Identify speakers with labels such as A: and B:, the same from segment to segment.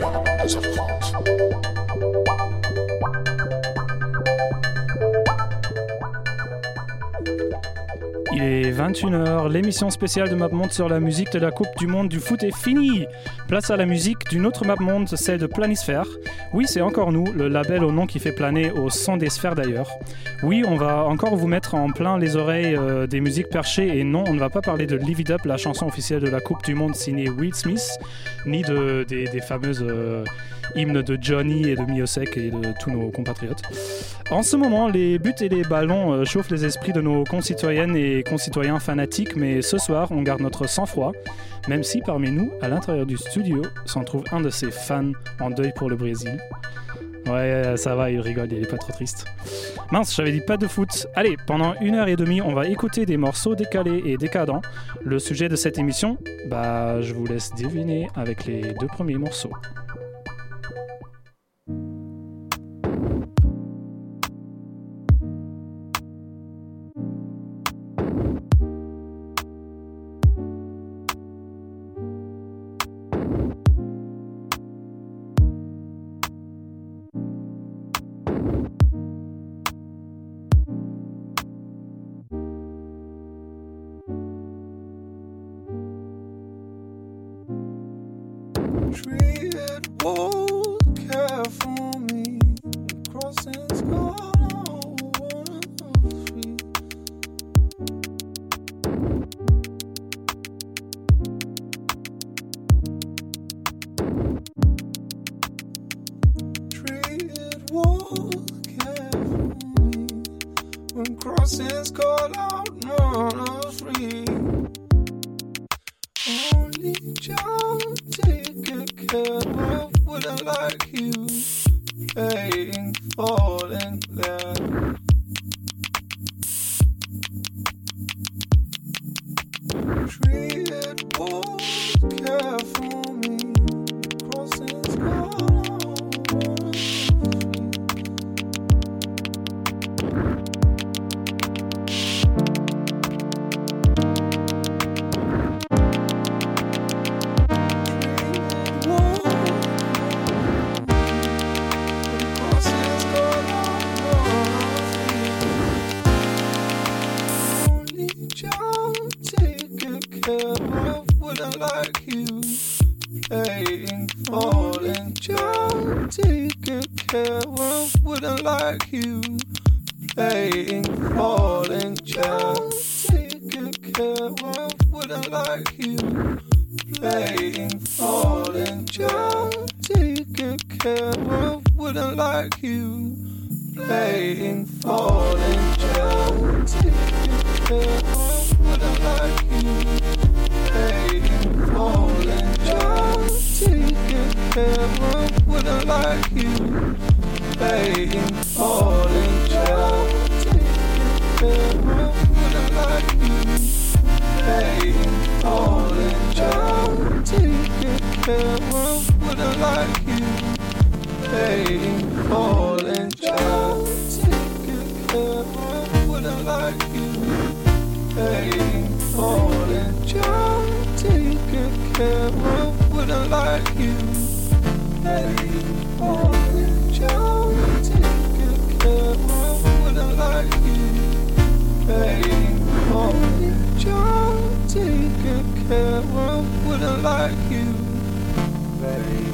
A: as a part.
B: Il est 21h, l'émission spéciale de MapMonde sur la musique de la Coupe du Monde du foot est finie. Place à la musique d'une autre MapMonde, celle de Planisphère. Oui, c'est encore nous, le label au nom qui fait planer au son des sphères d'ailleurs. Oui, on va encore vous mettre en plein les oreilles des musiques perchées et non, on ne va pas parler de Live It Up, la chanson officielle de la Coupe du Monde signée Will Smith, ni des fameuses hymnes de Johnny et de Miosek et de tous nos compatriotes. En ce moment, les buts et les ballons chauffent les esprits de nos concitoyennes et concitoyens fanatiques, mais ce soir, on garde notre sang-froid, même si parmi nous, à l'intérieur du studio, s'en trouve un de ses fans en deuil pour le Brésil. Ouais, ça va, il rigole, il est pas trop triste. Mince, j'avais dit pas de foot. Allez, pendant 1h30, on va écouter des morceaux décalés et décadents. Le sujet de cette émission, je vous laisse deviner avec les 2 premiers morceaux.
C: Treated walls care for me, crossings gone free. Treated walls care for me, when crossings call out, no free. Only child taking care of wouldn't like you, paying, falling there. Treated walls care for me, crossings gone like you, paying, falling, child taken care of wouldn't like you, paying, falling, child taken care of wouldn't like you, paying, falling, child taken care of wouldn't like you, paying, falling, child taken care of wouldn't like you. Paying, falling, child, taking care of wouldn't like you. Paying, falling, child, taking care of wouldn't like you. Paying, falling, child, taking care of wouldn't like you. Paying, falling, child, taking care of wouldn't like you. Paying, falling, child, taking care of wouldn't like you. Paying, falling, child, taking care of wouldn't like you. Paying, falling, child, taking care of wouldn't like you. Paying.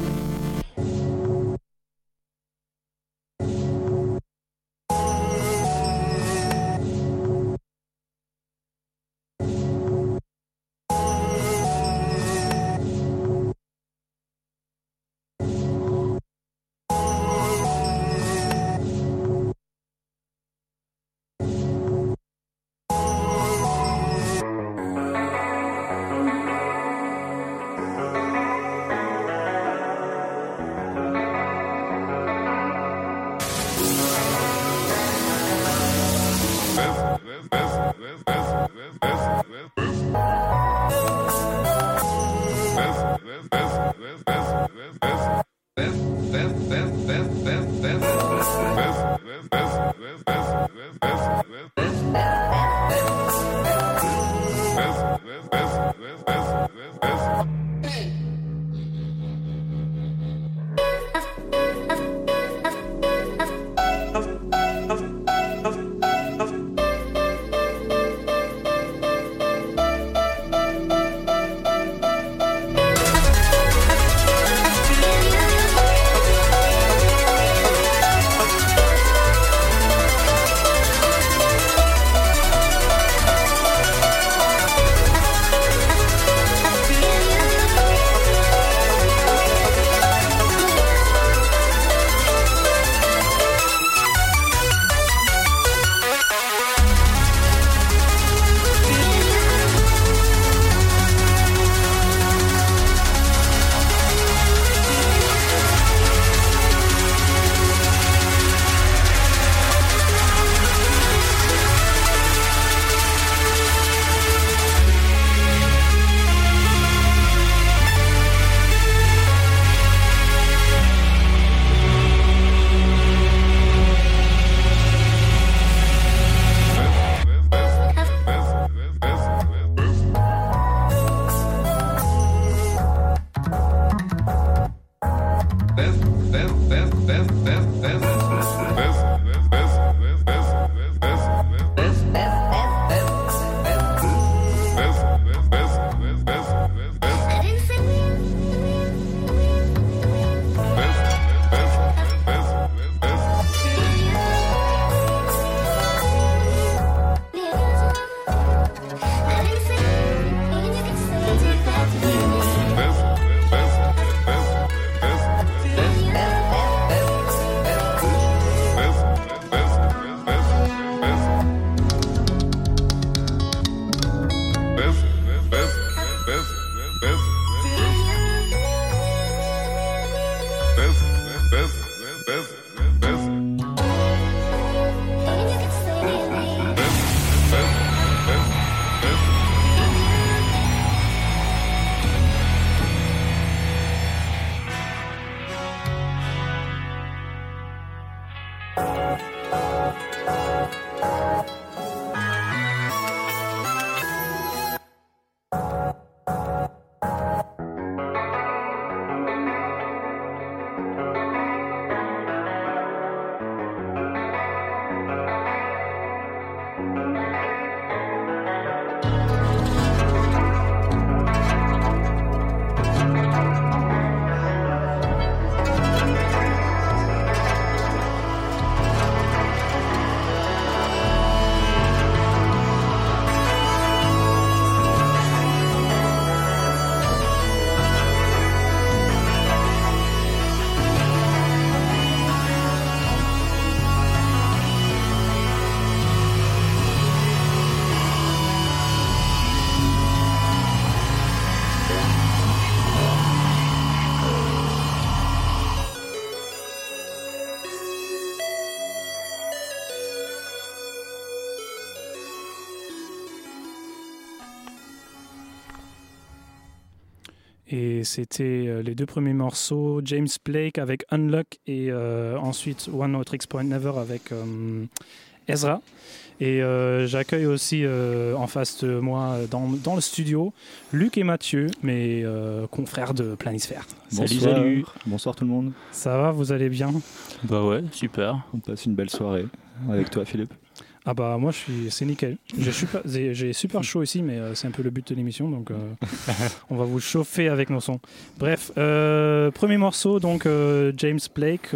B: Et c'était les deux premiers morceaux, James Blake avec Unlock et ensuite One No Tricks Point Never avec Ezra. Et j'accueille aussi en face de moi dans le studio Luc et Mathieu, mes confrères de Planisphère.
A: Salut. Bonsoir tout le monde.
B: Ça va, vous allez bien?
D: Bah ouais, super.
A: On passe une belle soirée avec toi, Philippe.
B: Ah bah moi c'est nickel. J'ai super chaud ici, mais c'est un peu le but de l'émission, donc on va vous chauffer avec nos sons. Bref, premier morceau, donc James Blake,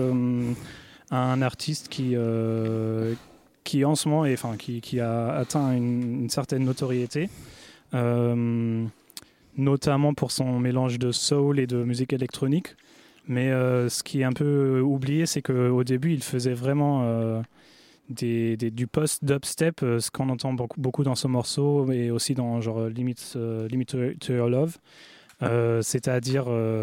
B: un artiste qui en ce moment, qui a atteint une certaine notoriété, notamment pour son mélange de soul et de musique électronique. Mais ce qui est un peu oublié, c'est qu'au début, il faisait vraiment du post-dubstep, ce qu'on entend beaucoup dans ce morceau, et aussi dans genre Limit to Your Love, c'est-à-dire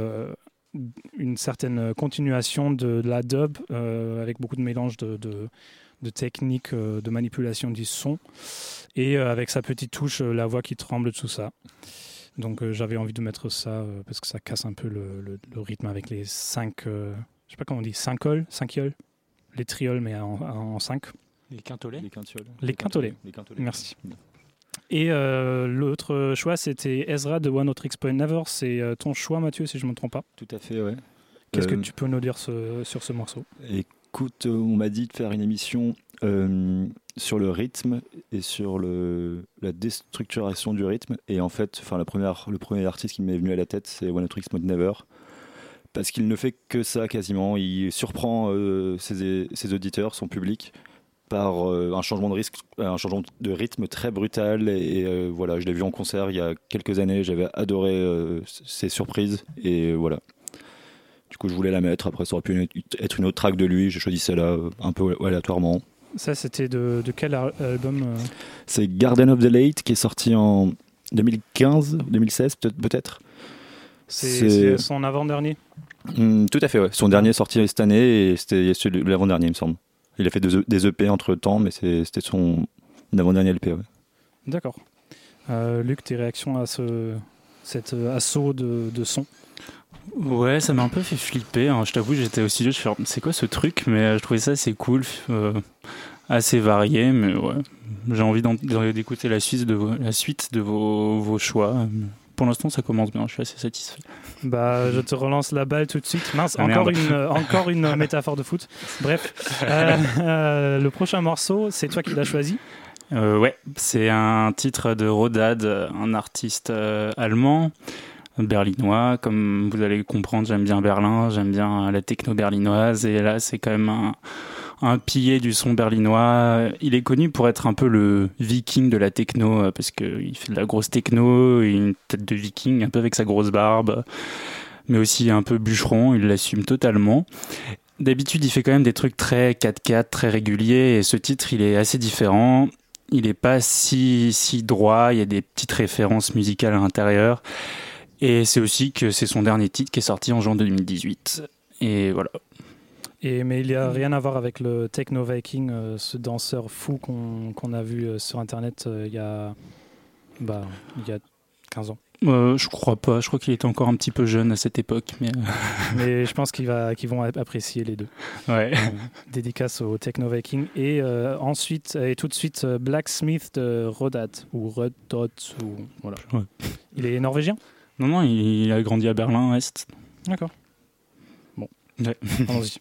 B: une certaine continuation de la dub, avec beaucoup de mélange de techniques de manipulation du son, et avec sa petite touche, la voix qui tremble, tout ça. Donc j'avais envie de mettre ça, parce que ça casse un peu le rythme avec les 5, je sais pas comment on dit, 5 quintolets, les trioles, mais en 5.
D: Les quintolets.
B: Les quintolets. Merci. Et l'autre choix, c'était Ezra de One No Tricks Point Never. C'est ton choix, Mathieu, si je ne me trompe pas.
A: Tout à fait, ouais.
B: Qu'est-ce que tu peux nous dire sur ce morceau?
A: Écoute, on m'a dit de faire une émission sur le rythme et sur la déstructuration du rythme. Et en fait, le premier artiste qui m'est venu à la tête, c'est One No Tricks Point Never. Parce qu'il ne fait que ça quasiment. Il surprend ses auditeurs, son public, par un changement de rythme très brutal. Et voilà, je l'ai vu en concert il y a quelques années. J'avais adoré ses surprises. Et voilà. Du coup, je voulais la mettre. Après, ça aurait pu être une autre track de lui. J'ai choisi celle-là un peu aléatoirement.
B: Ça, c'était de quel album
A: C'est Garden of the Late qui est sorti en 2015, 2016 peut-être.
B: C'est son avant-dernier.
A: Tout à fait, ouais. Son dernier est sorti cette année et c'était l'avant-dernier, il me semble. Il a fait des EP entre-temps, mais c'était son avant-dernier LP, ouais.
B: D'accord. Luc, tes réactions à cet assaut de son?
D: Ouais, ça m'a un peu fait flipper, hein. Je t'avoue, j'étais au studio, je fais c'est quoi ce truc, mais je trouvais ça assez cool, assez varié, mais ouais. J'ai envie d'écouter la suite de vos choix. pour l'instant, ça commence bien. Je suis assez satisfait.
B: Bah, je te relance la balle tout de suite. Mince,
D: Ah,
B: encore
D: merde.
B: encore une métaphore de foot. Bref, le prochain morceau, c'est toi qui l'as choisi.
D: Ouais, c'est un titre de Rodad, un artiste allemand, berlinois. Comme vous allez comprendre, j'aime bien Berlin, j'aime bien la techno berlinoise. Et là, c'est quand même un pilier du son berlinois. Il est connu pour être un peu le viking de la techno, parce qu'il fait de la grosse techno, une tête de viking, un peu avec sa grosse barbe, mais aussi un peu bûcheron, il l'assume totalement. D'habitude, il fait quand même des trucs très 4/4, très réguliers, et ce titre, il est assez différent. Il n'est pas si droit, il y a des petites références musicales à l'intérieur. Et c'est aussi que c'est son dernier titre qui est sorti en juin 2018. Et voilà.
B: Mais il n'y a rien à voir avec le Techno Viking, ce danseur fou qu'on a vu sur Internet il y a 15 ans.
D: Je crois pas, je crois qu'il était encore un petit peu jeune à cette époque. Mais
B: Mais je pense qu'ils vont apprécier les deux.
D: ouais.
B: Dédicace au Techno Viking. Et ensuite, et tout de suite, Blacksmith de Rodad. Ou Rodot. Voilà.
D: Ouais.
B: Il est norvégien ?
D: Non, il a grandi à Berlin-Est.
B: D'accord. Bon.
D: Ouais.
B: Allons-y.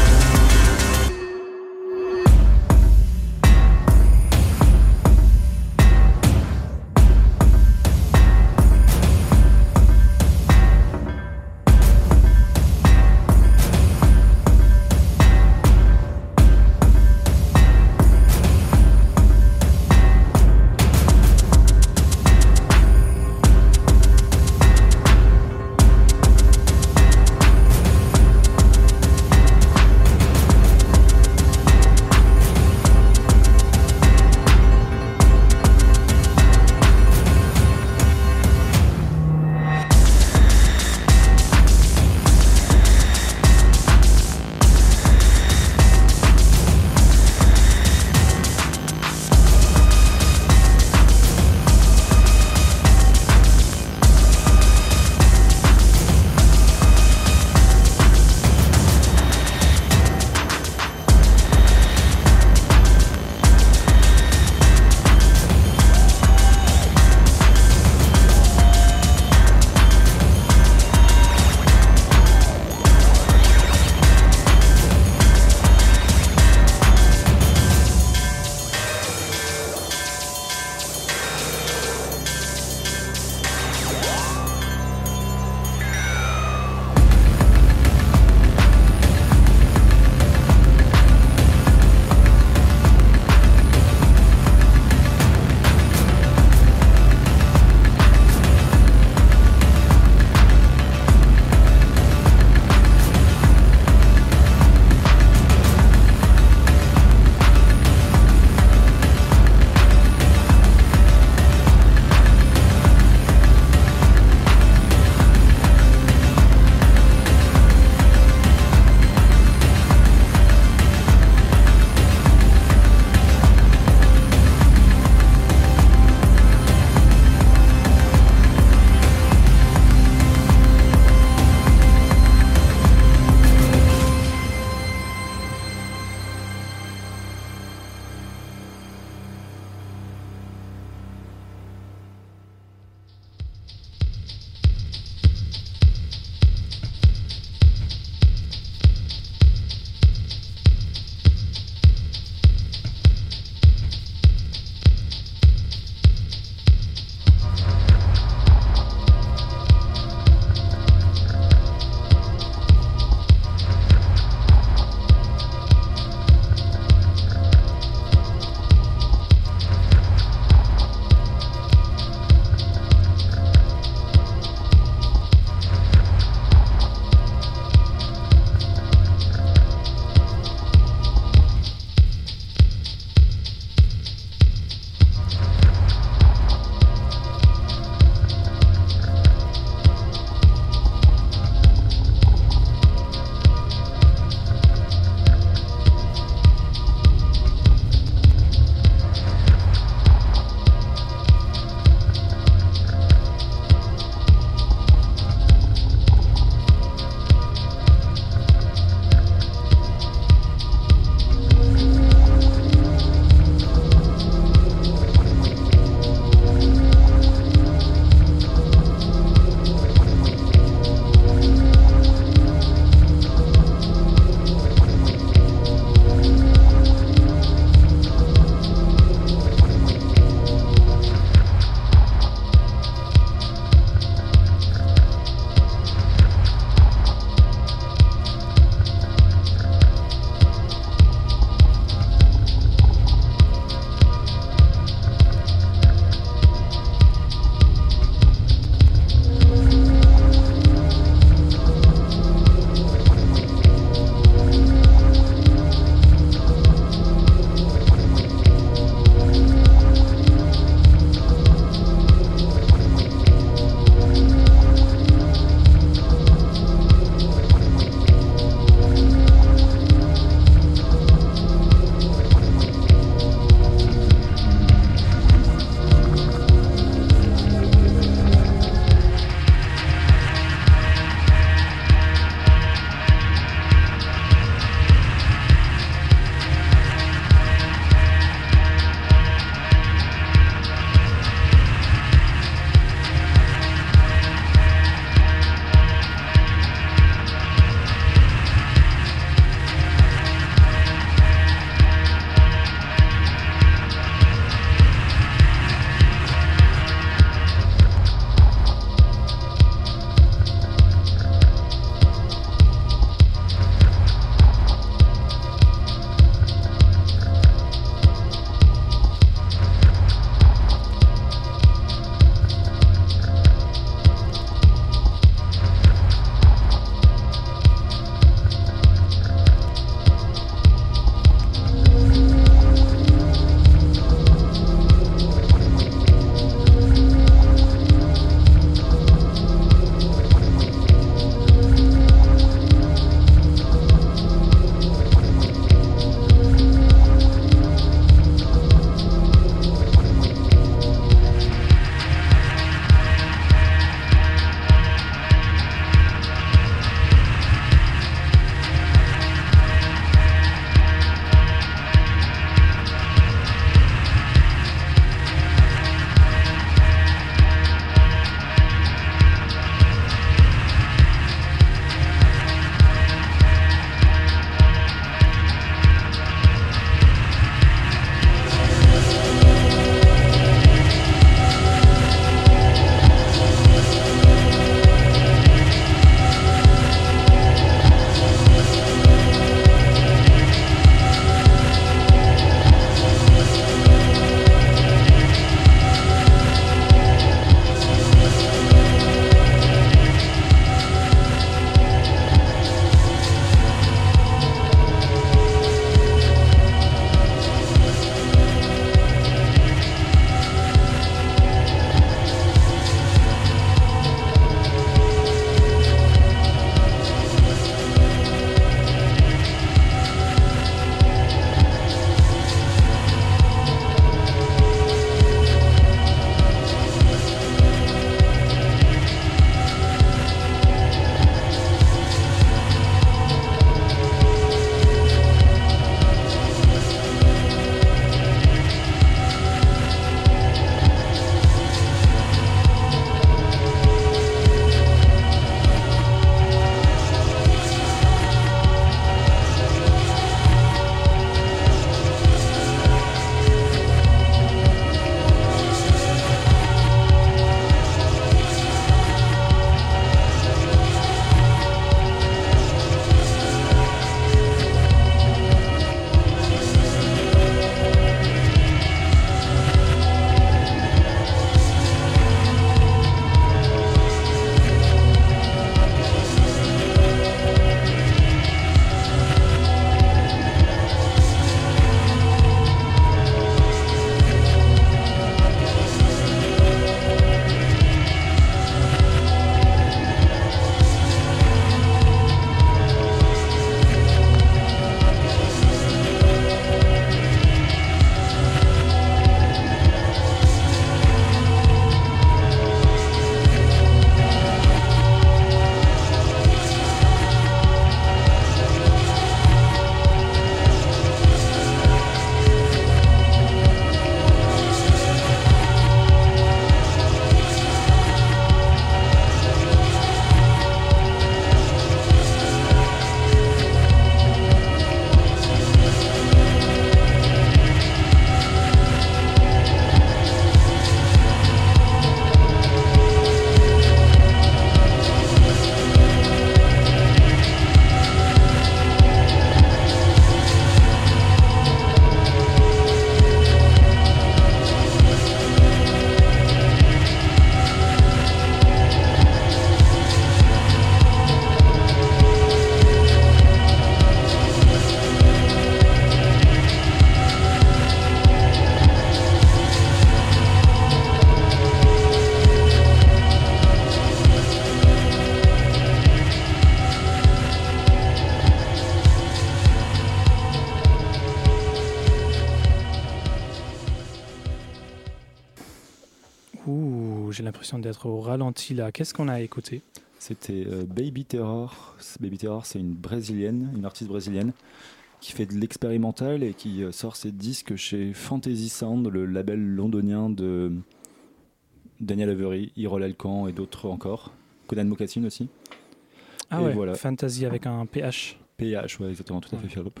B: Ouh, j'ai l'impression d'être au ralenti là. Qu'est-ce qu'on a écouté?
A: C'était Baby Terror. Baby Terror, c'est une artiste brésilienne qui fait de l'expérimental et qui sort ses disques chez Fantasy Sound, le label londonien de Daniel Avery, Hyrule Alcan et d'autres encore. Conan Mocassin aussi.
B: Ah
A: Et
B: ouais,
A: voilà.
B: Fantasy avec un PH.
A: PH, ouais, exactement, tout à fait,
B: Ouais.
A: Philippe.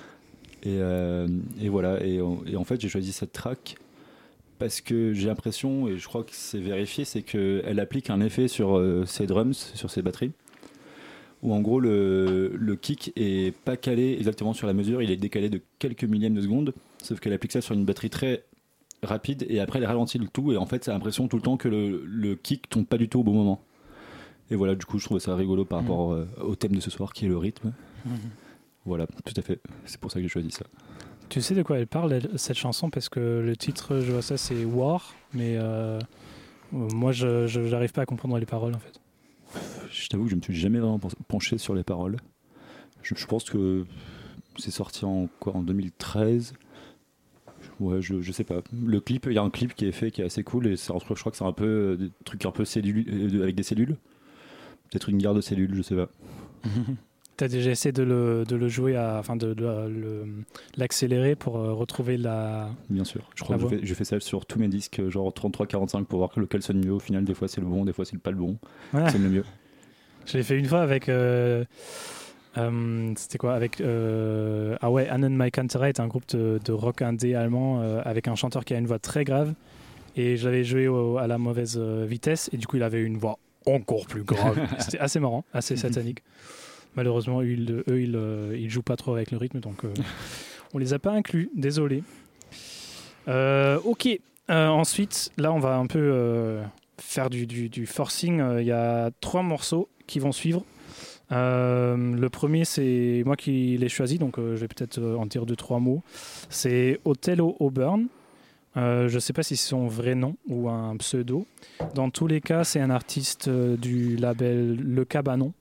A: Et voilà, et en fait, j'ai choisi cette track parce que j'ai l'impression, et je crois que c'est vérifié, c'est qu'elle applique un effet sur ses drums, sur ses batteries, où en gros le kick est pas calé exactement sur la mesure, il est décalé de quelques millièmes de seconde, sauf qu'elle applique ça sur une batterie très rapide et après elle ralentit le tout, et en fait, ça a l'impression tout le temps que le kick tombe pas du tout au bon moment. Et voilà, du coup, je trouve ça rigolo par rapport au thème de ce soir qui est le rythme. Voilà, tout à fait. C'est pour ça que j'ai choisi ça.
B: Tu sais de quoi elle parle, cette chanson? Parce que le titre, je vois ça, c'est War, mais moi, je n'arrive pas à comprendre les paroles en fait.
A: Je t'avoue que je me suis jamais vraiment penché sur les paroles. Je pense que c'est sorti en 2013. Ouais, je sais pas. Le clip, il y a un clip qui est fait qui est assez cool et je crois que c'est un peu des trucs un peu avec des cellules. Peut-être une guerre de cellules, je sais pas.
B: T'as déjà essayé de le jouer, enfin de l'accélérer pour retrouver la...
A: Bien sûr. Je crois
B: La
A: que je fais ça sur tous mes disques, genre 33-45 pour voir lequel sonne mieux. Au final, des fois c'est le bon, des fois c'est pas le bon.
B: Ouais.
A: C'est le mieux.
B: Je l'ai fait une fois avec... c'était quoi avec ah ouais, Annen Maikantereit, un groupe de rock indé allemand avec un chanteur qui a une voix très grave, et je l'avais joué à la mauvaise vitesse et du coup il avait une voix encore plus grave. C'était assez marrant, assez satanique. Malheureusement eux ils jouent pas trop avec le rythme, donc on les a pas inclus, désolé. Ok, ensuite là on va un peu faire du forcing. Il y a 3 morceaux qui vont suivre. Le premier, c'est moi qui l'ai choisi, donc je vais peut-être en dire 2-3 mots. C'est Othello Auburn. Je ne sais pas si c'est son vrai nom ou un pseudo. Dans tous les cas, c'est un artiste du label Le Cabanon,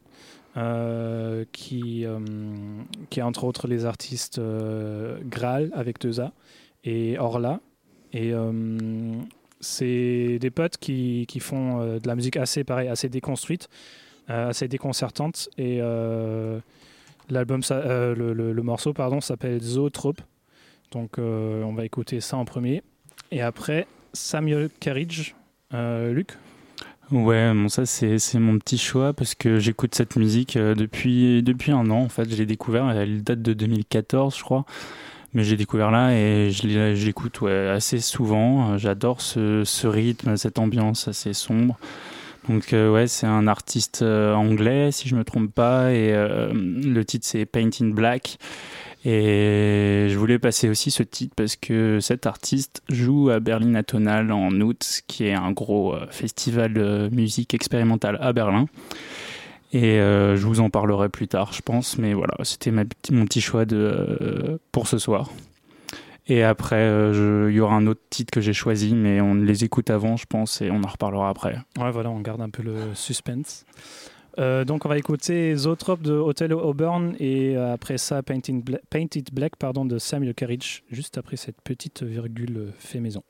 B: qui est entre autres les artistes Graal avec 2A et Orla. Et c'est des potes qui font de la musique assez déconstruite, assez déconcertante, et l'album, le morceau s'appelle Zootrope. Donc on va écouter ça en premier, et après Samuel Carridge. Luc?
D: Ouais, bon, ça c'est mon petit choix parce que j'écoute cette musique depuis un an. En fait, je l'ai découvert, elle date de 2014 je crois, mais j'ai découvert là et je l'écoute assez souvent. J'adore ce rythme, cette ambiance assez sombre. Donc ouais, c'est un artiste anglais si je me trompe pas, et le titre c'est Paint in Black. Et je voulais passer aussi ce titre parce que cet artiste joue à Berlin Atonal en août, qui est un gros festival de musique expérimentale à Berlin. Et je vous en parlerai plus tard, je pense. Mais voilà, c'était mon petit choix pour ce soir. Et après, il y aura un autre titre que j'ai choisi, mais on les écoute avant, je pense, et on en reparlera après.
B: Ouais, voilà, on garde un peu le suspense. Donc on va écouter Zootrope de Othello Auburn, et après ça Painted Black de Samuel Carridge, juste après cette petite virgule fait maison.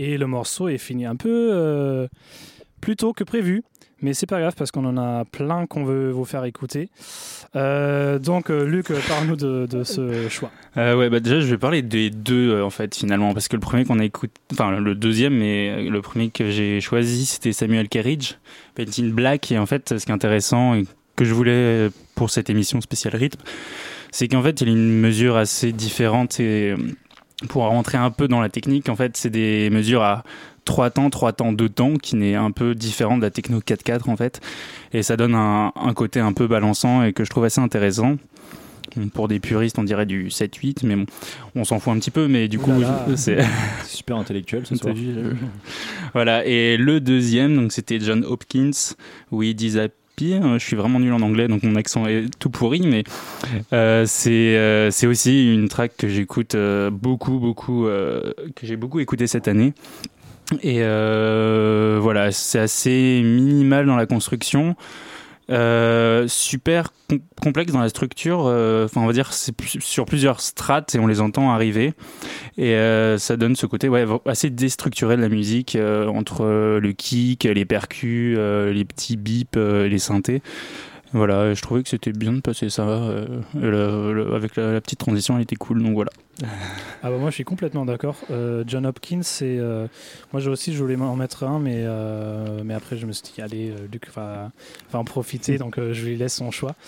B: Et le morceau est fini un peu plus tôt que prévu. Mais c'est pas grave parce qu'on en a plein qu'on veut vous faire écouter. Donc Luc, parle-nous de ce choix.
D: Ouais, bah déjà je vais parler des deux en fait finalement parce que le premier qu'on a écouté, enfin le deuxième, mais le premier que j'ai choisi c'était Samuel Kerridge, Painting Black. Et en fait ce qui est intéressant et que je voulais pour cette émission spéciale rythme, c'est qu'en fait il y a une mesure assez différente et pour rentrer un peu dans la technique, en fait c'est des mesures à 3 temps, 2 temps, qui n'est un peu différent de la techno 4/4 en fait, et ça donne un côté un peu balançant et que je trouve assez intéressant. Pour des puristes on dirait du 7/8, mais bon, on s'en fout un petit peu, mais du coup c'est
A: super intellectuel ce soir.
D: Voilà. Et le deuxième, donc c'était John Hopkins, We Disappear. Je suis vraiment nul en anglais, donc mon accent est tout pourri, mais c'est aussi une track que j'écoute beaucoup, que j'ai beaucoup écouté cette année. Et voilà, c'est assez minimal dans la construction, super complexe dans la structure. Enfin, on va dire c'est sur plusieurs strates et on les entend arriver. Et ça donne ce côté assez déstructuré de la musique entre le kick, les percus, les petits bips, les synthés. Voilà, je trouvais que c'était bien de passer ça. Avec la petite transition, elle était cool, donc voilà.
B: Ah bah moi je suis complètement d'accord. John Hopkins, c'est moi je voulais en mettre un, mais après je me suis dit allez, Luc va en profiter, donc je lui laisse son choix.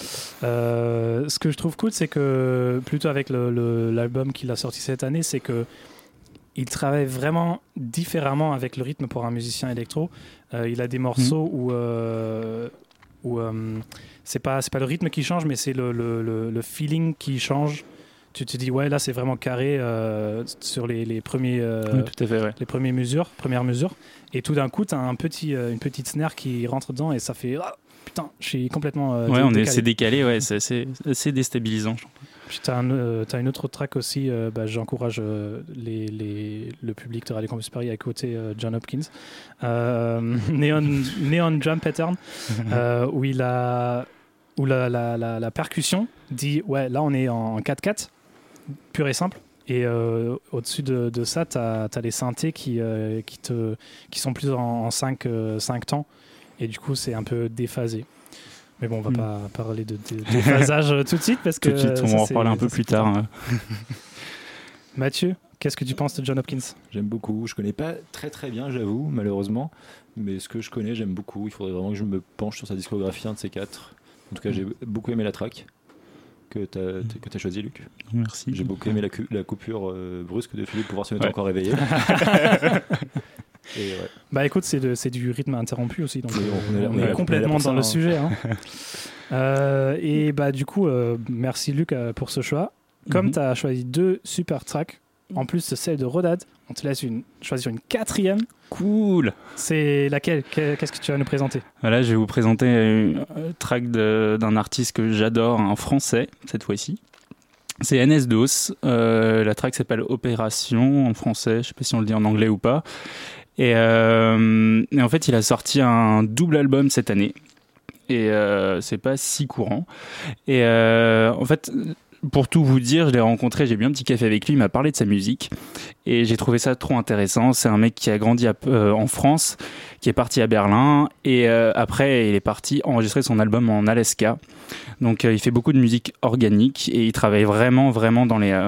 B: Ce que je trouve cool, c'est que plutôt avec l'album qu'il a sorti cette année, c'est que il travaille vraiment différemment avec le rythme pour un musicien électro. Il a des morceaux où c'est pas le rythme qui change, mais c'est le feeling qui change. Tu te dis ouais, là c'est vraiment carré sur les premiers
D: oui, tout à fait, ouais.
B: les premières mesures, et tout d'un coup t'as une petite snare qui rentre dedans et ça fait putain, je suis complètement
D: c'est décalé, ouais, c'est assez déstabilisant.
B: Puis t'as une autre track aussi, j'encourage le public de Radio Campus Paris à écouter John Hopkins, Neon Drum Pattern, où la percussion dit ouais, là on est en 4/4 pur et simple, et au-dessus de ça t'as les synthés qui sont plus en 5 temps, et du coup c'est un peu déphasé. Mais bon, on va pas parler de déphasage tout de suite, parce que
D: tout de suite, on va en parler un peu plus tard.
B: Mathieu, qu'est-ce que tu penses de John Hopkins ?
A: J'aime beaucoup. Je connais pas très très bien, j'avoue, malheureusement. Mais ce que je connais, j'aime beaucoup. Il faudrait vraiment que je me penche sur sa discographie, un de ces quatre. En tout cas, j'ai beaucoup aimé la track que t'as choisi, Luc.
D: Merci.
A: J'ai beaucoup aimé la coupure brusque de Philippe pour voir si on était encore réveillé. Et ouais.
B: Bah écoute, c'est du rythme interrompu aussi, donc on
A: est
B: est complètement dans le sujet. Hein. Et bah du coup, merci Luc pour ce choix. Comme tu as choisi 2 super tracks, en plus de celle de Rodad, on te laisse choisir une 4e.
D: Cool.
B: C'est laquelle ? Qu'est-ce que tu vas nous présenter ?
D: Voilà, je vais vous présenter une track d'un artiste que j'adore, un français cette fois-ci. C'est NS-DOS. La track s'appelle Opération en français, je sais pas si on le dit en anglais ou pas. Et en fait, il a sorti un double album cette année. Et c'est pas si courant. Et en fait, pour tout vous dire, je l'ai rencontré, j'ai bu un petit café avec lui, il m'a parlé de sa musique. Et j'ai trouvé ça trop intéressant. C'est un mec qui a grandi en France, qui est parti à Berlin. Et après, il est parti enregistrer son album en Alaska. Donc, il fait beaucoup de musique organique. Et il travaille vraiment, vraiment dans les...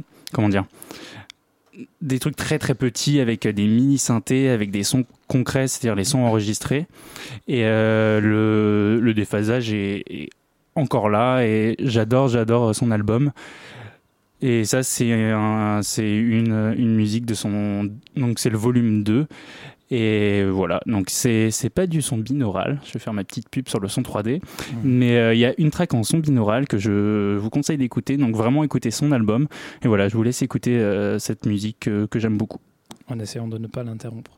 D: des trucs très très petits, avec des mini synthés, avec des sons concrets, c'est-à-dire les sons enregistrés, et le déphasage est encore là, et j'adore son album. Et ça c'est une musique de son, donc c'est le volume 2. Et voilà, donc c'est pas du son binaural, je vais faire ma petite pub sur le son 3D, mais il y a une track en son binaural que je vous conseille d'écouter, donc vraiment écoutez son album. Et voilà, je vous laisse écouter cette musique que j'aime beaucoup.
B: En essayant de ne pas l'interrompre.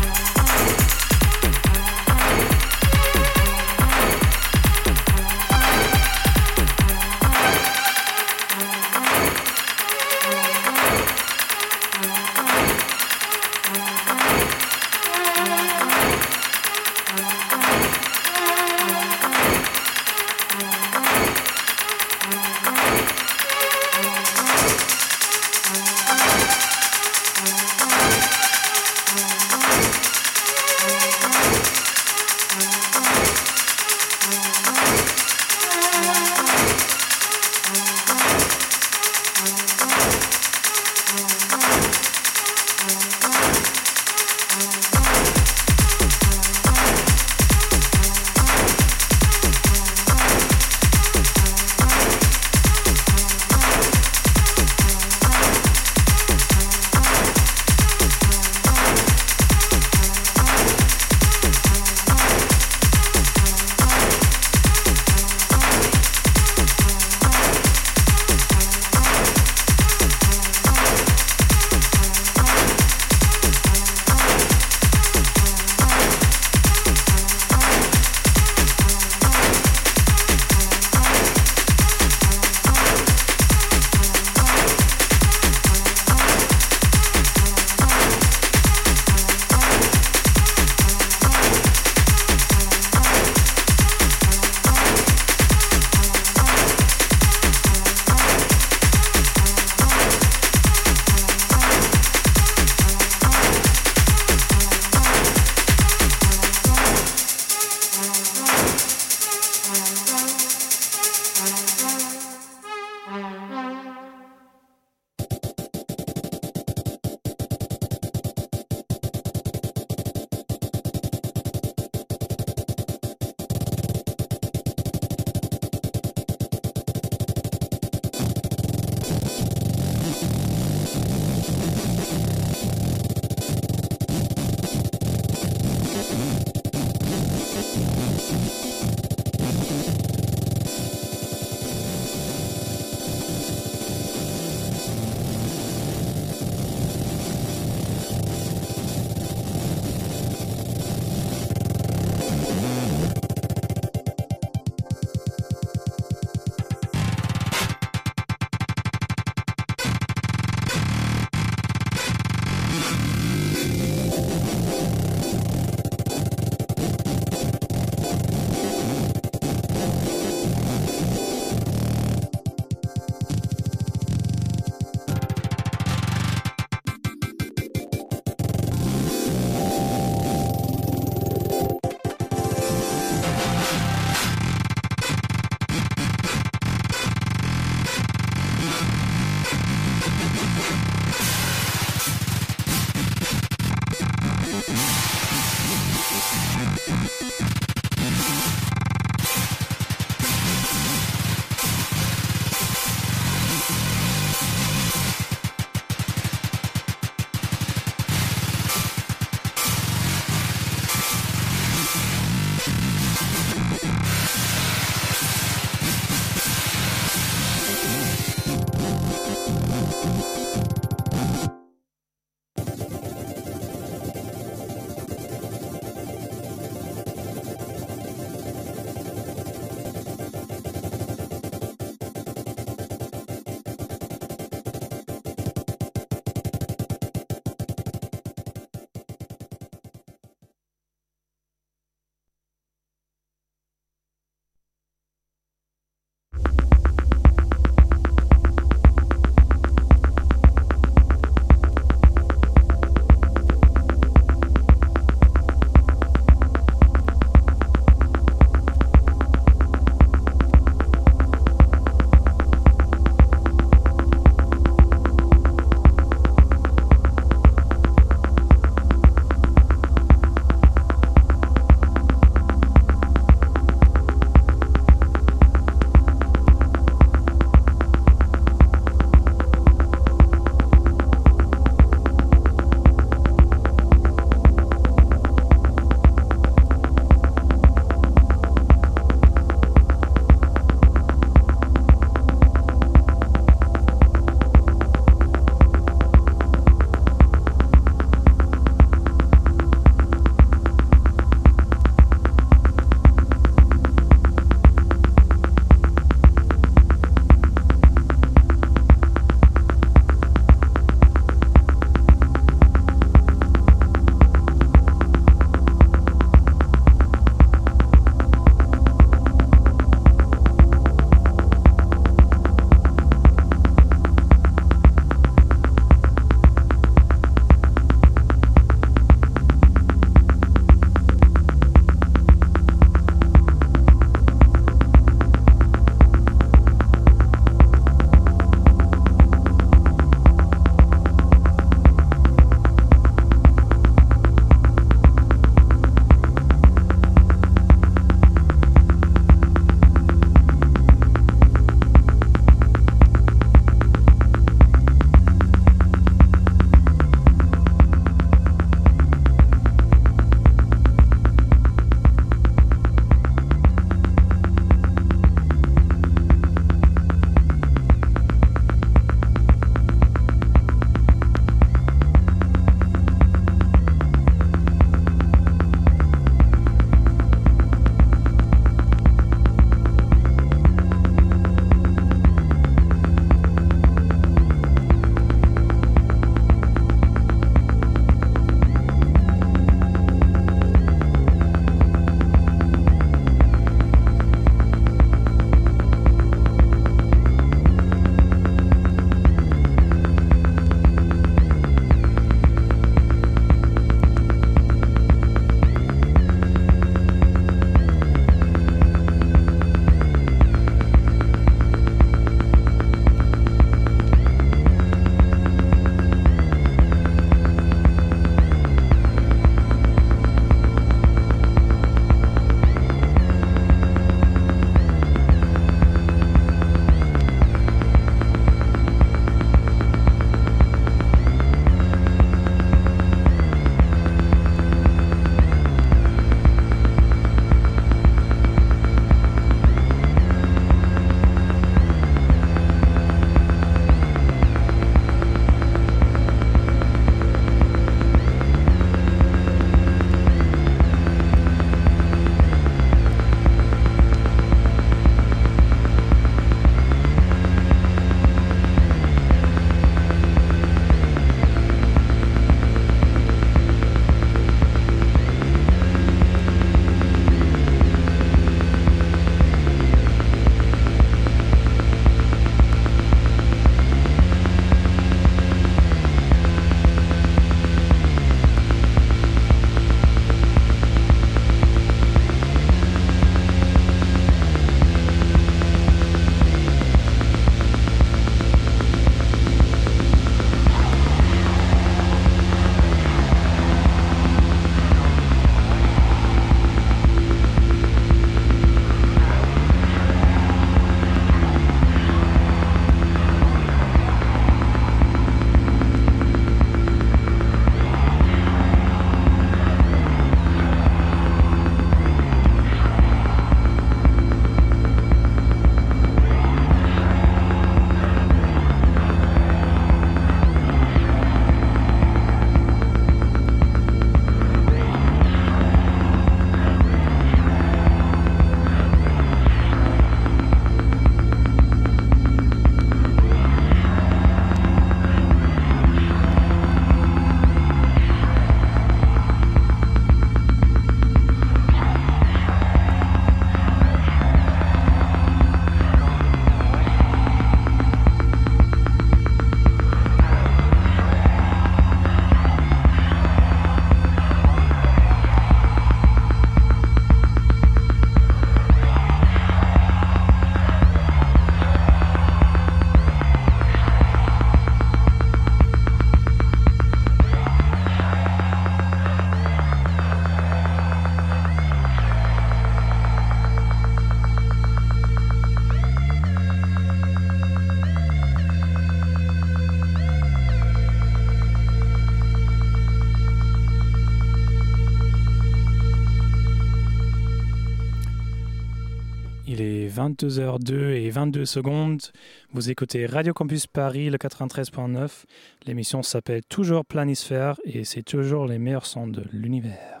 B: 22h02 et 22 secondes. Vous écoutez Radio Campus Paris, le 93.9. L'émission s'appelle toujours Planisphère et c'est toujours les meilleurs sons de l'univers.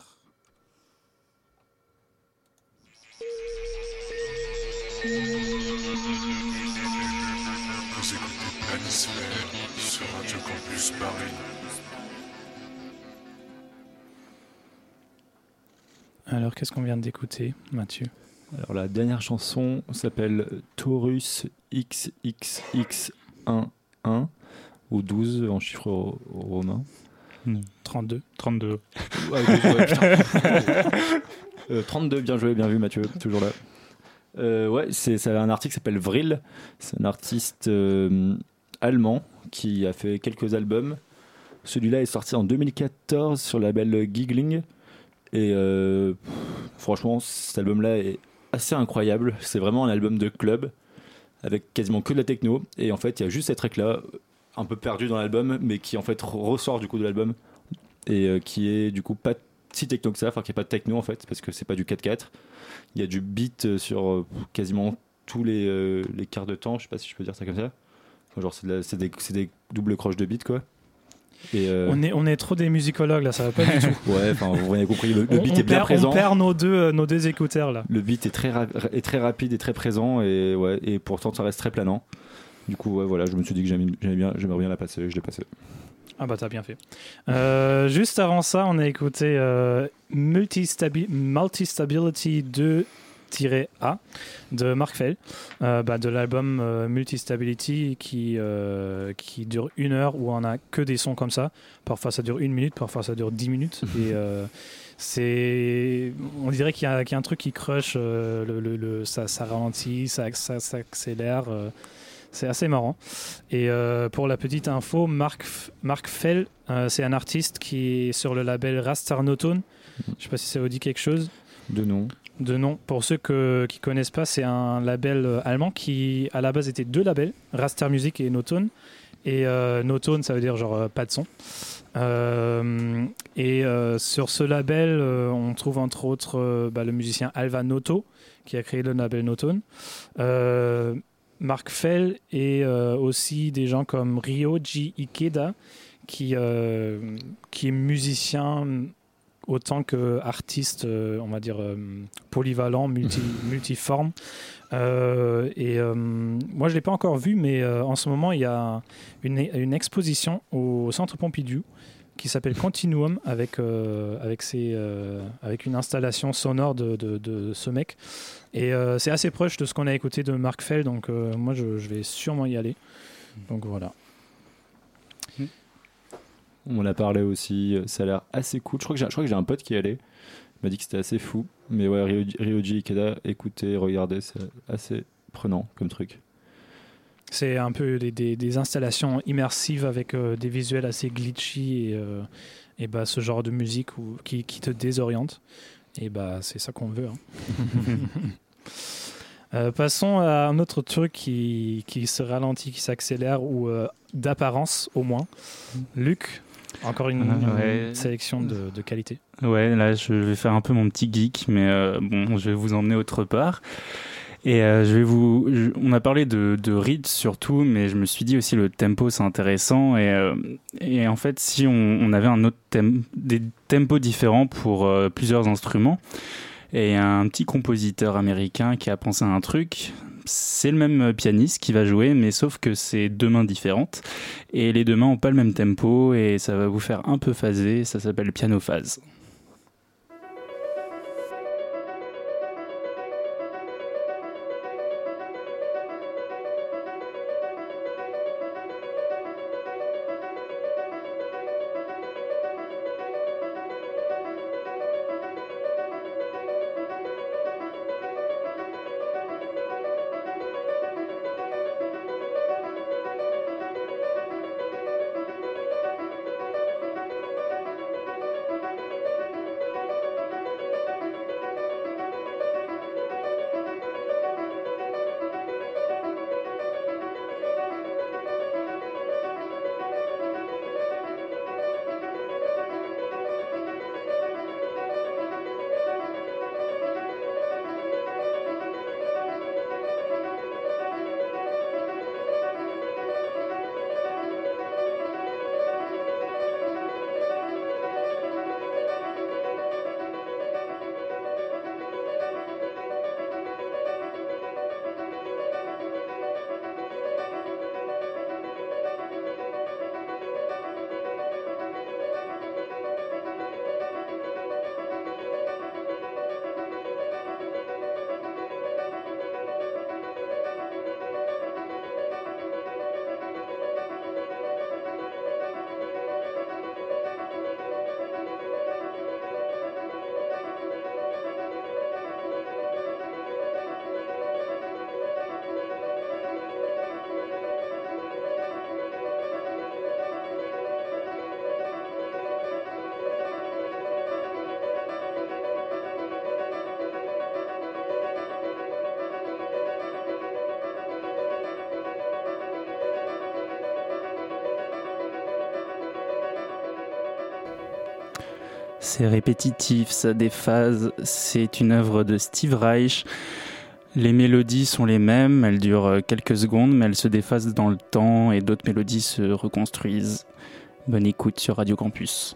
E: Vous écoutez Planisphère sur Radio Campus Paris.
B: Alors, qu'est-ce qu'on vient d'écouter, Mathieu ?
A: Alors la dernière chanson s'appelle Taurus XXX11 ou 12 en chiffre romain.
B: 32.
D: 32.
A: Ouais, 12, ouais, putain. 32, bien joué, bien vu Mathieu, toujours là. Ouais, c'est un artiste qui s'appelle Vril. C'est un artiste allemand qui a fait quelques albums. Celui-là est sorti en 2014 sur le label Giggling. Et franchement, cet album-là est assez incroyable. C'est vraiment un album de club avec quasiment que de la techno. Et en fait, il y a juste cette track-là, un peu perdue dans l'album, mais qui en fait ressort du coup de l'album et qui est du coup pas si techno que ça. Enfin, qui est pas de techno en fait, parce que c'est pas du 4/4. Il y a du beat sur quasiment tous les quarts de temps. Je sais pas si je peux dire ça comme ça. Enfin, genre, c'est des doubles croches de beat quoi. Et
B: On est trop des musicologues là, ça va pas du tout.
A: Ouais, enfin vous avez compris, le beat est bien présent.
B: On perd nos deux écouteurs là.
A: Le beat est très rapide et très présent et ouais, et pourtant ça reste très planant. Du coup ouais, voilà, je me suis dit que j'aimerais bien la passer, je l'ai passée.
B: Ah bah t'as bien fait. Juste avant ça, on a écouté Multistability 2-A de Mark Fell, de l'album Multistability qui dure 1 heure où on a que des sons comme ça. Parfois ça dure 1 minute, parfois ça dure 10 minutes. Et on dirait qu'il y a un truc qui crush, ça ralentit, ça accélère. C'est assez marrant. Et pour la petite info, Mark Fell, c'est un artiste qui est sur le label Rastarnotone. Je ne sais pas si ça vous dit quelque chose.
A: De nom.
B: Pour ceux qui ne connaissent pas, c'est un label allemand qui, à la base, était 2 labels, Raster Music et Notone. Et Notone, ça veut dire genre pas de son. Sur ce label, on trouve entre autres le musicien Alva Noto, qui a créé le label Notone. Mark Fell et aussi des gens comme Ryoji Ikeda qui est musicien autant qu'artiste, on va dire polyvalent, multiforme. Moi je l'ai pas encore vu, mais en ce moment il y a une exposition au Centre Pompidou qui s'appelle Continuum avec une installation sonore de ce mec. Et c'est assez proche de ce qu'on a écouté de Mark Fell, donc moi je vais sûrement y aller. Donc voilà.
A: On en a parlé aussi, ça a l'air assez cool. Je crois que j'ai un pote qui est allé, il m'a dit que c'était assez fou. Mais ouais, Ryoji Ikeda, écoutez, regardez, c'est assez prenant comme truc.
B: C'est un peu des installations immersives avec des visuels assez glitchy et ce genre de musique qui te désoriente. Et c'est ça qu'on veut. Hein. Passons à un autre truc qui se ralentit, qui s'accélère ou d'apparence au moins. Luc, encore une sélection de qualité.
D: Ouais, là je vais faire un peu mon petit geek, mais je vais vous emmener autre part. Et on a parlé de rythme surtout, mais je me suis dit aussi le tempo c'est intéressant et en fait si on avait des tempos différents pour plusieurs instruments, et un petit compositeur américain qui a pensé à un truc, c'est le même pianiste qui va jouer, mais sauf que c'est 2 mains différentes et les 2 mains n'ont pas le même tempo et ça va vous faire un peu phaser, ça s'appelle piano phase. C'est répétitif, ça déphase. C'est une œuvre de Steve Reich. Les mélodies sont les mêmes, elles durent quelques secondes, mais elles se déphasent dans le temps et d'autres mélodies se reconstruisent. Bonne écoute sur Radio Campus.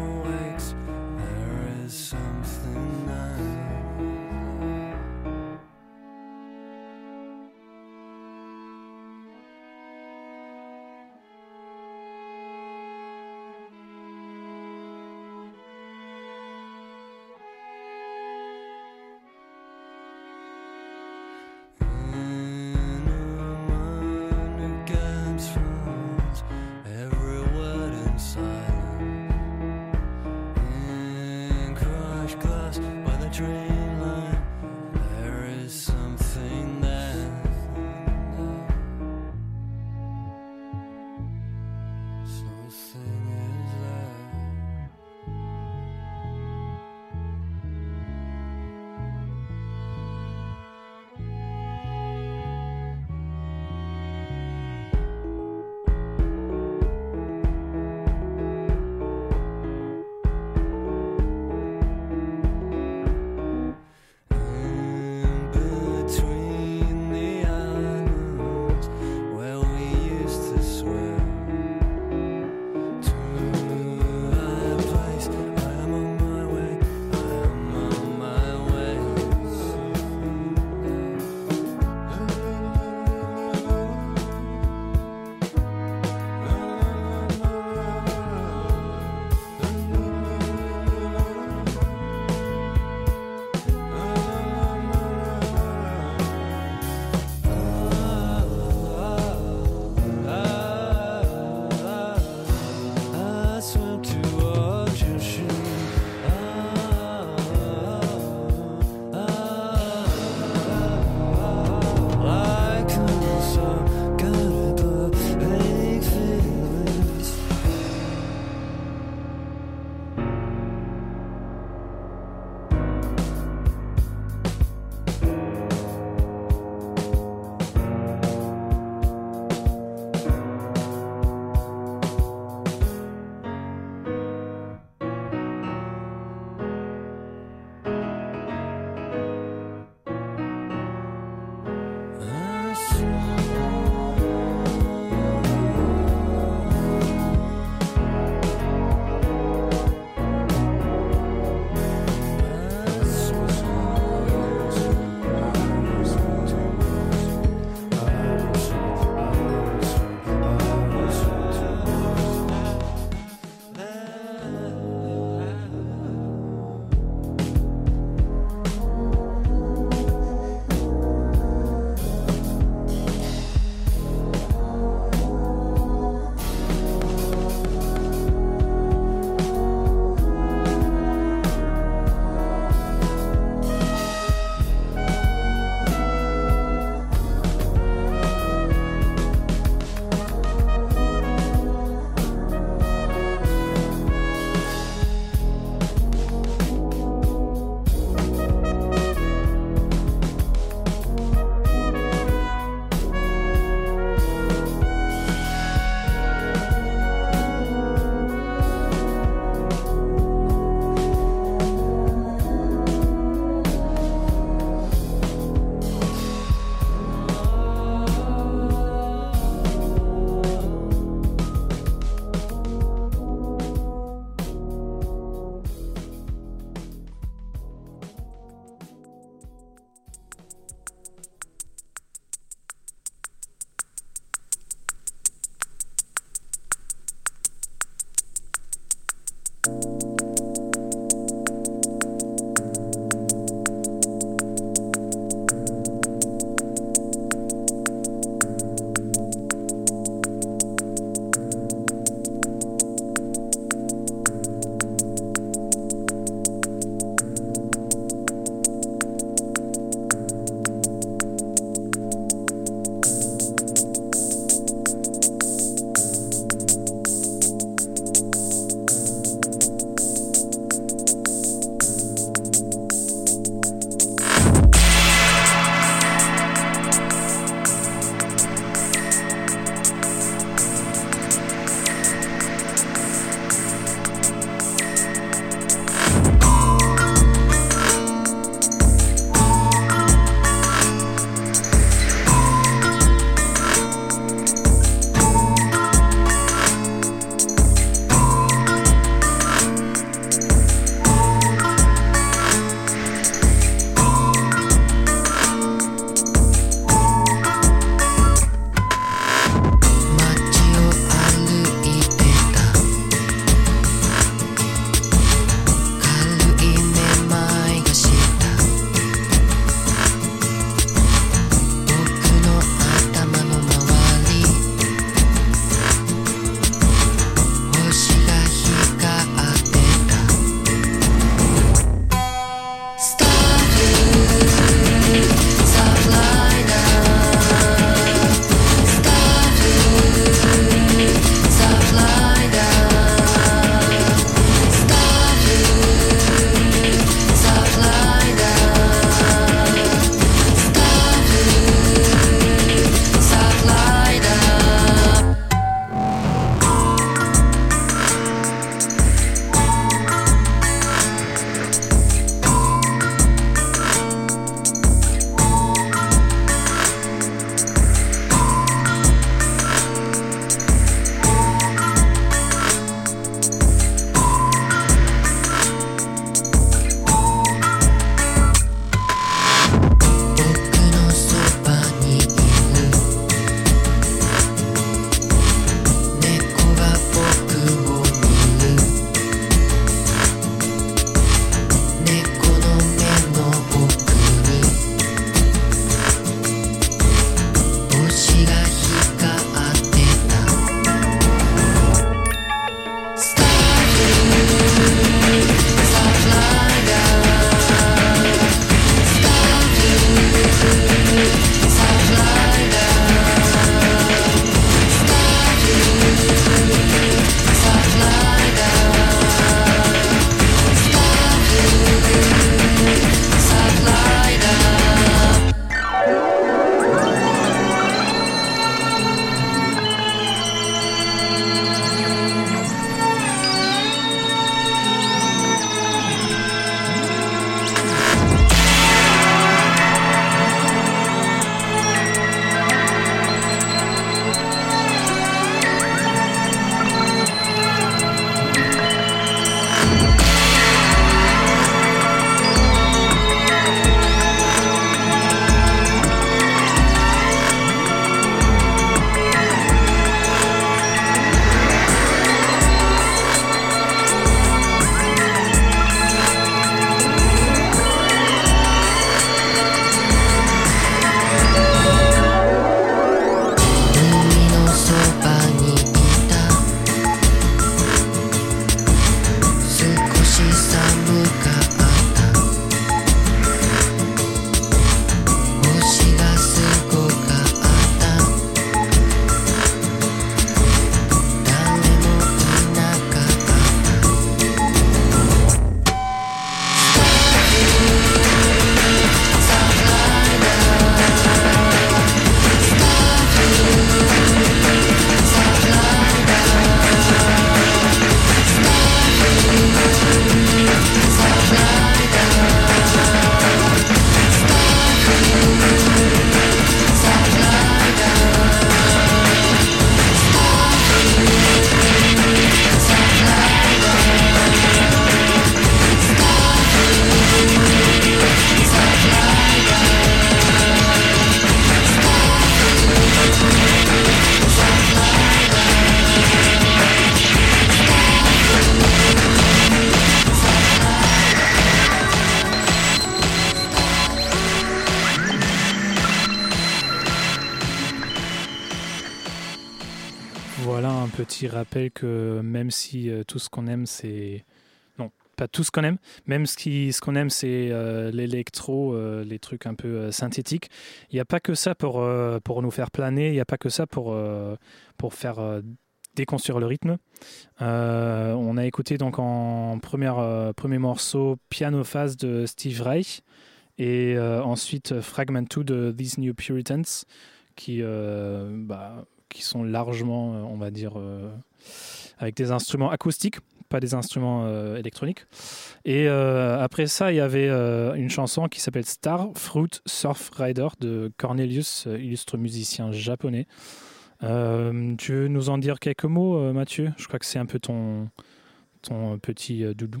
B: petit rappel que même si tout ce qu'on aime, c'est... Non, pas tout ce qu'on aime. Même ce qu'on aime, c'est l'électro, les trucs un peu synthétiques. Il n'y a pas que ça pour nous faire planer. Il n'y a pas que ça pour faire déconstruire le rythme. On a écouté donc en premier morceau Piano Phase de Steve Reich et ensuite Fragment 2 de These New Puritans qui sont largement, on va dire, avec des instruments acoustiques, pas des instruments électroniques. Et après ça, il y avait une chanson qui s'appelle Star Fruit Surf Rider de Cornelius, illustre musicien japonais. Tu veux nous en dire quelques mots, Mathieu ? Je crois que c'est un peu ton petit doudou.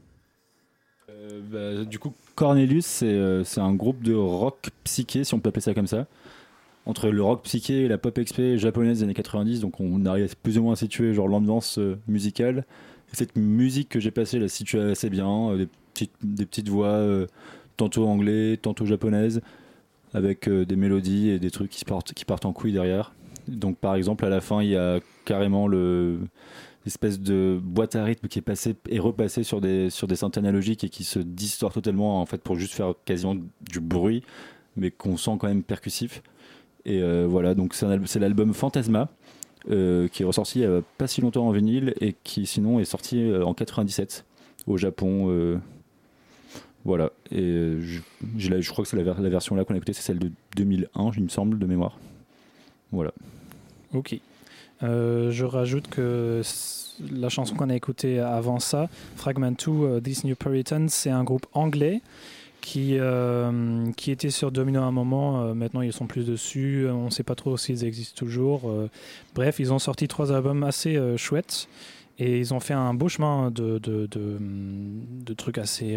A: Du coup, Cornelius, c'est un groupe de rock psyché, si on peut appeler ça comme ça. Entre le rock psyché et la pop XP japonaise des années 90, donc on arrive plus ou moins à situer genre l'ambiance musicale. Et cette musique que j'ai passée la situe assez bien, des petites voix, tantôt anglais, tantôt japonaises, avec des mélodies et des trucs qui partent en couille derrière. Donc par exemple à la fin il y a carrément l'espèce de boîte à rythme qui est passée et repassée sur des synthés analogiques et qui se distord totalement en fait pour juste faire quasiment du bruit, mais qu'on sent quand même percussif. Et voilà, donc c'est l'album Fantasma qui est ressorti il n'y a pas si longtemps en vinyle et qui sinon est sorti en 97 au Japon. Voilà, et je crois que c'est la version là qu'on a écoutée, c'est celle de 2001, il me semble, de mémoire. Voilà.
B: Ok. Je rajoute que la chanson qu'on a écoutée avant ça, Fragment 2, These New Puritans, c'est un groupe anglais qui était sur Domino à un moment. Maintenant, ils sont plus dessus. On ne sait pas trop s'ils existent toujours. Bref, ils ont sorti 3 albums assez chouettes. Et ils ont fait un beau chemin de trucs assez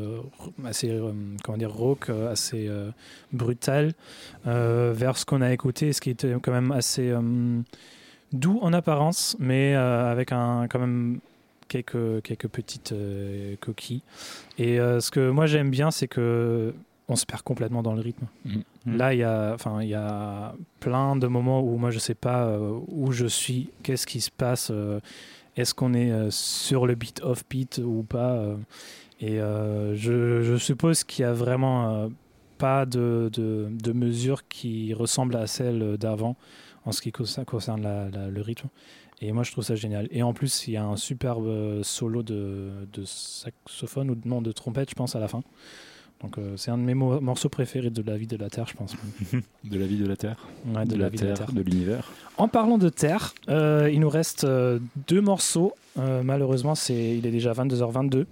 B: comment dire, rock, assez brutal, vers ce qu'on a écouté, ce qui était quand même assez doux en apparence, mais avec quand même quelques petites coquilles. Et ce que moi j'aime bien, c'est que on se perd complètement dans le rythme. Là, il y a plein de moments où moi je sais pas où je suis, qu'est-ce qui se passe. Est-ce qu'on est sur le beat, off-beat ou pas Et je suppose qu'il n'y a vraiment pas de mesure qui ressemble à celle d'avant en ce qui concerne le rythme. Et moi, je trouve ça génial. Et en plus, il y a un superbe solo de saxophone ou de trompette, je pense, à la fin. Donc, c'est un de mes morceaux préférés de la vie de la Terre, je pense.
A: De la vie de la Terre.
B: Ouais, de la vie de la Terre.
A: De l'univers.
B: En parlant de Terre, il nous reste 2 morceaux. Malheureusement, il est déjà 22h22.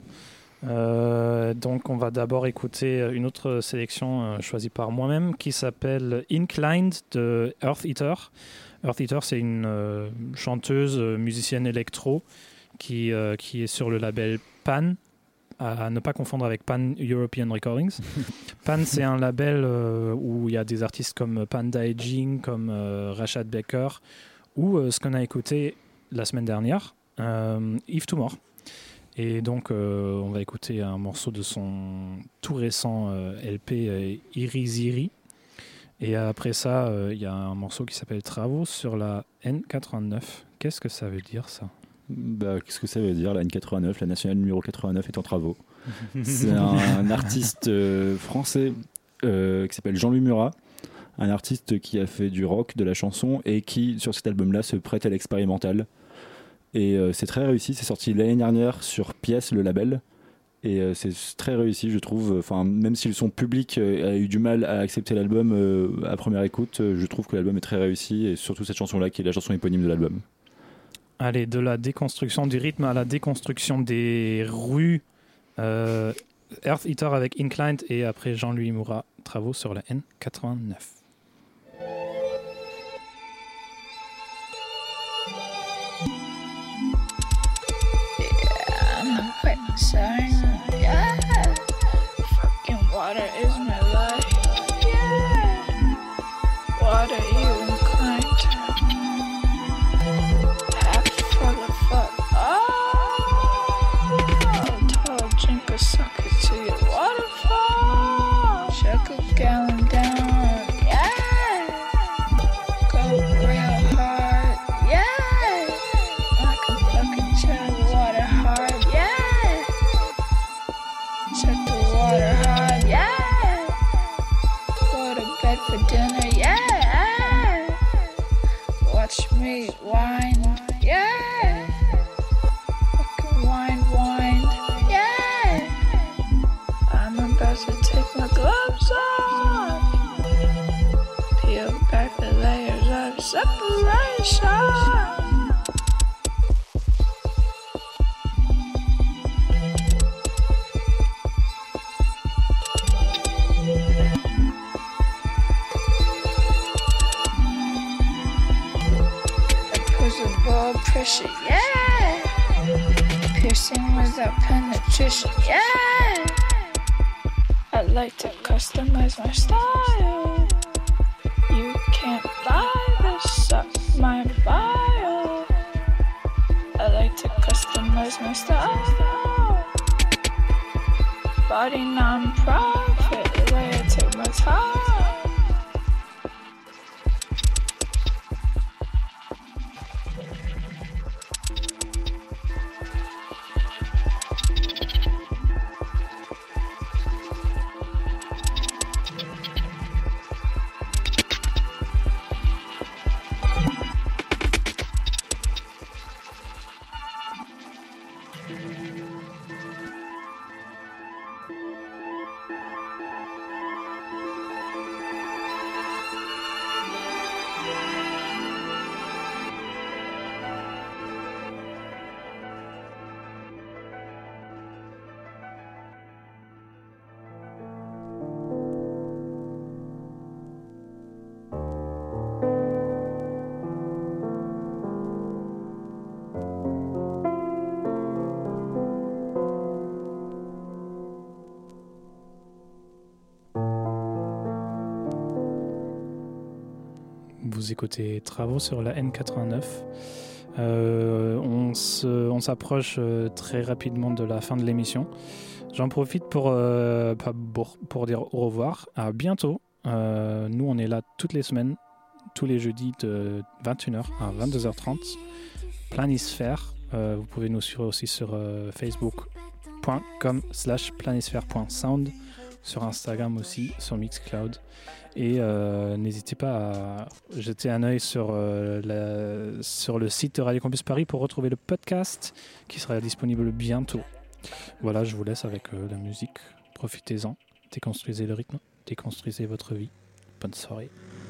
B: Donc, on va d'abord écouter une autre sélection choisie par moi-même qui s'appelle Inclined de Earth Eater. Earth Eater, c'est une chanteuse, musicienne électro qui est sur le label Pan. À ne pas confondre avec Pan European Recordings. Pan, c'est un label où il y a des artistes comme Panda Aging, comme Rashad Baker, ou ce qu'on a écouté la semaine dernière, Yves Tumor. Et donc, on va écouter un morceau de son tout récent LP Iriziri. Et après ça, il y a un morceau qui s'appelle Travaux sur la N89. Qu'est-ce que ça veut dire, ça ?
A: Qu'est-ce que ça veut dire, la N89, la nationale numéro 89 est en travaux. C'est un artiste français qui s'appelle Jean-Louis Murat, un artiste qui a fait du rock, de la chanson et qui, sur cet album-là, se prête à l'expérimental. Et c'est très réussi, c'est sorti l'année dernière sur Pièce, le label. Et c'est très réussi, je trouve. Enfin, même si son public a eu du mal à accepter l'album à première écoute, je trouve que l'album est très réussi, et surtout cette chanson-là, qui est la chanson éponyme de l'album.
B: Allez, de la déconstruction du rythme à la déconstruction des rues. Earth Eater avec Inclined et après Jean-Louis Murat, Travaux sur la N89.
F: Water is my life. Yeah. Water, you inclined. Half full of fuck. Oh, tall drink a sucker to your waterfall. Chuck a gallon down. Yeah. Go real hard. Yeah. for dinner, yeah. Watch me whine, yeah. Fucking whine, yeah. I'm about to take my gloves off. Peel back the layers of separation. Ball pressure, yeah. Piercing without penetration, yeah. I like to customize my style. You can't buy this up my bio. I like to customize my style. Body non-profit, the way I take my time.
B: Vous écoutez Travaux sur la N89. On s'approche très rapidement de la fin de l'émission. J'en profite pour dire au revoir. À bientôt. Nous, on est là toutes les semaines, tous les jeudis de 21h à 22h30. Planisphère. Vous pouvez nous suivre aussi sur facebook.com/planisphère.sound, sur Instagram aussi, sur Mixcloud. Et n'hésitez pas à jeter un œil sur le site de Radio Campus Paris pour retrouver le podcast qui sera disponible bientôt. Voilà, je vous laisse avec la musique. Profitez-en, déconstruisez le rythme, déconstruisez votre vie. Bonne soirée.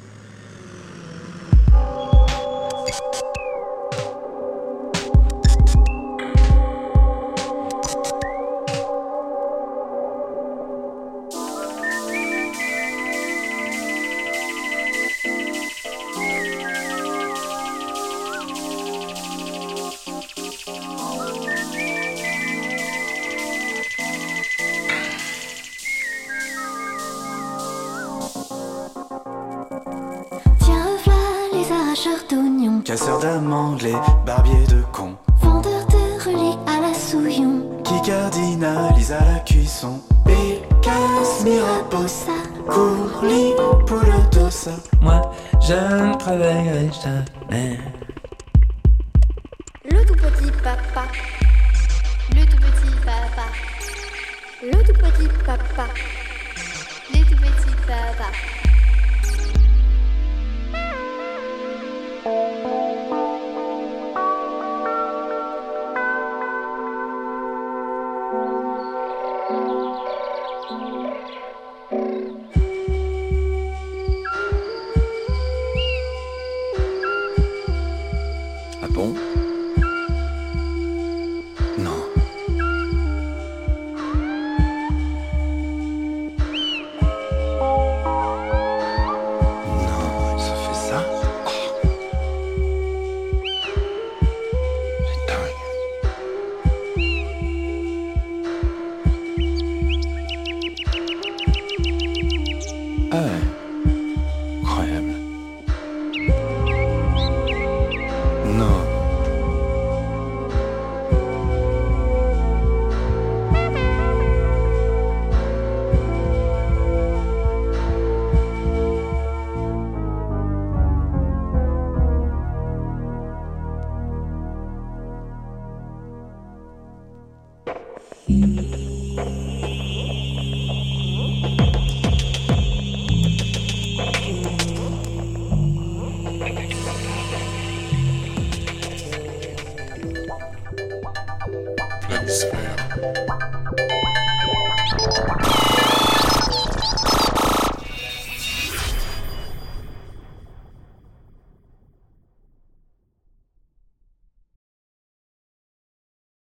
G: Casseurs d'amandes, les barbiers de cons,
H: vendeurs de reliques à la souillon,
G: qui cardinalise à la cuisson, Pécasse, Miraposa, Courlis, Poulotosa.
I: Moi, je ne travaillerai jamais.
H: Le tout petit papa, le tout petit papa, le tout petit papa, le tout petit papa.
G: Ah bon? Non. Non, il se fait ça? C'est dingue. Ah ouais. Incroyable. Non.
J: please.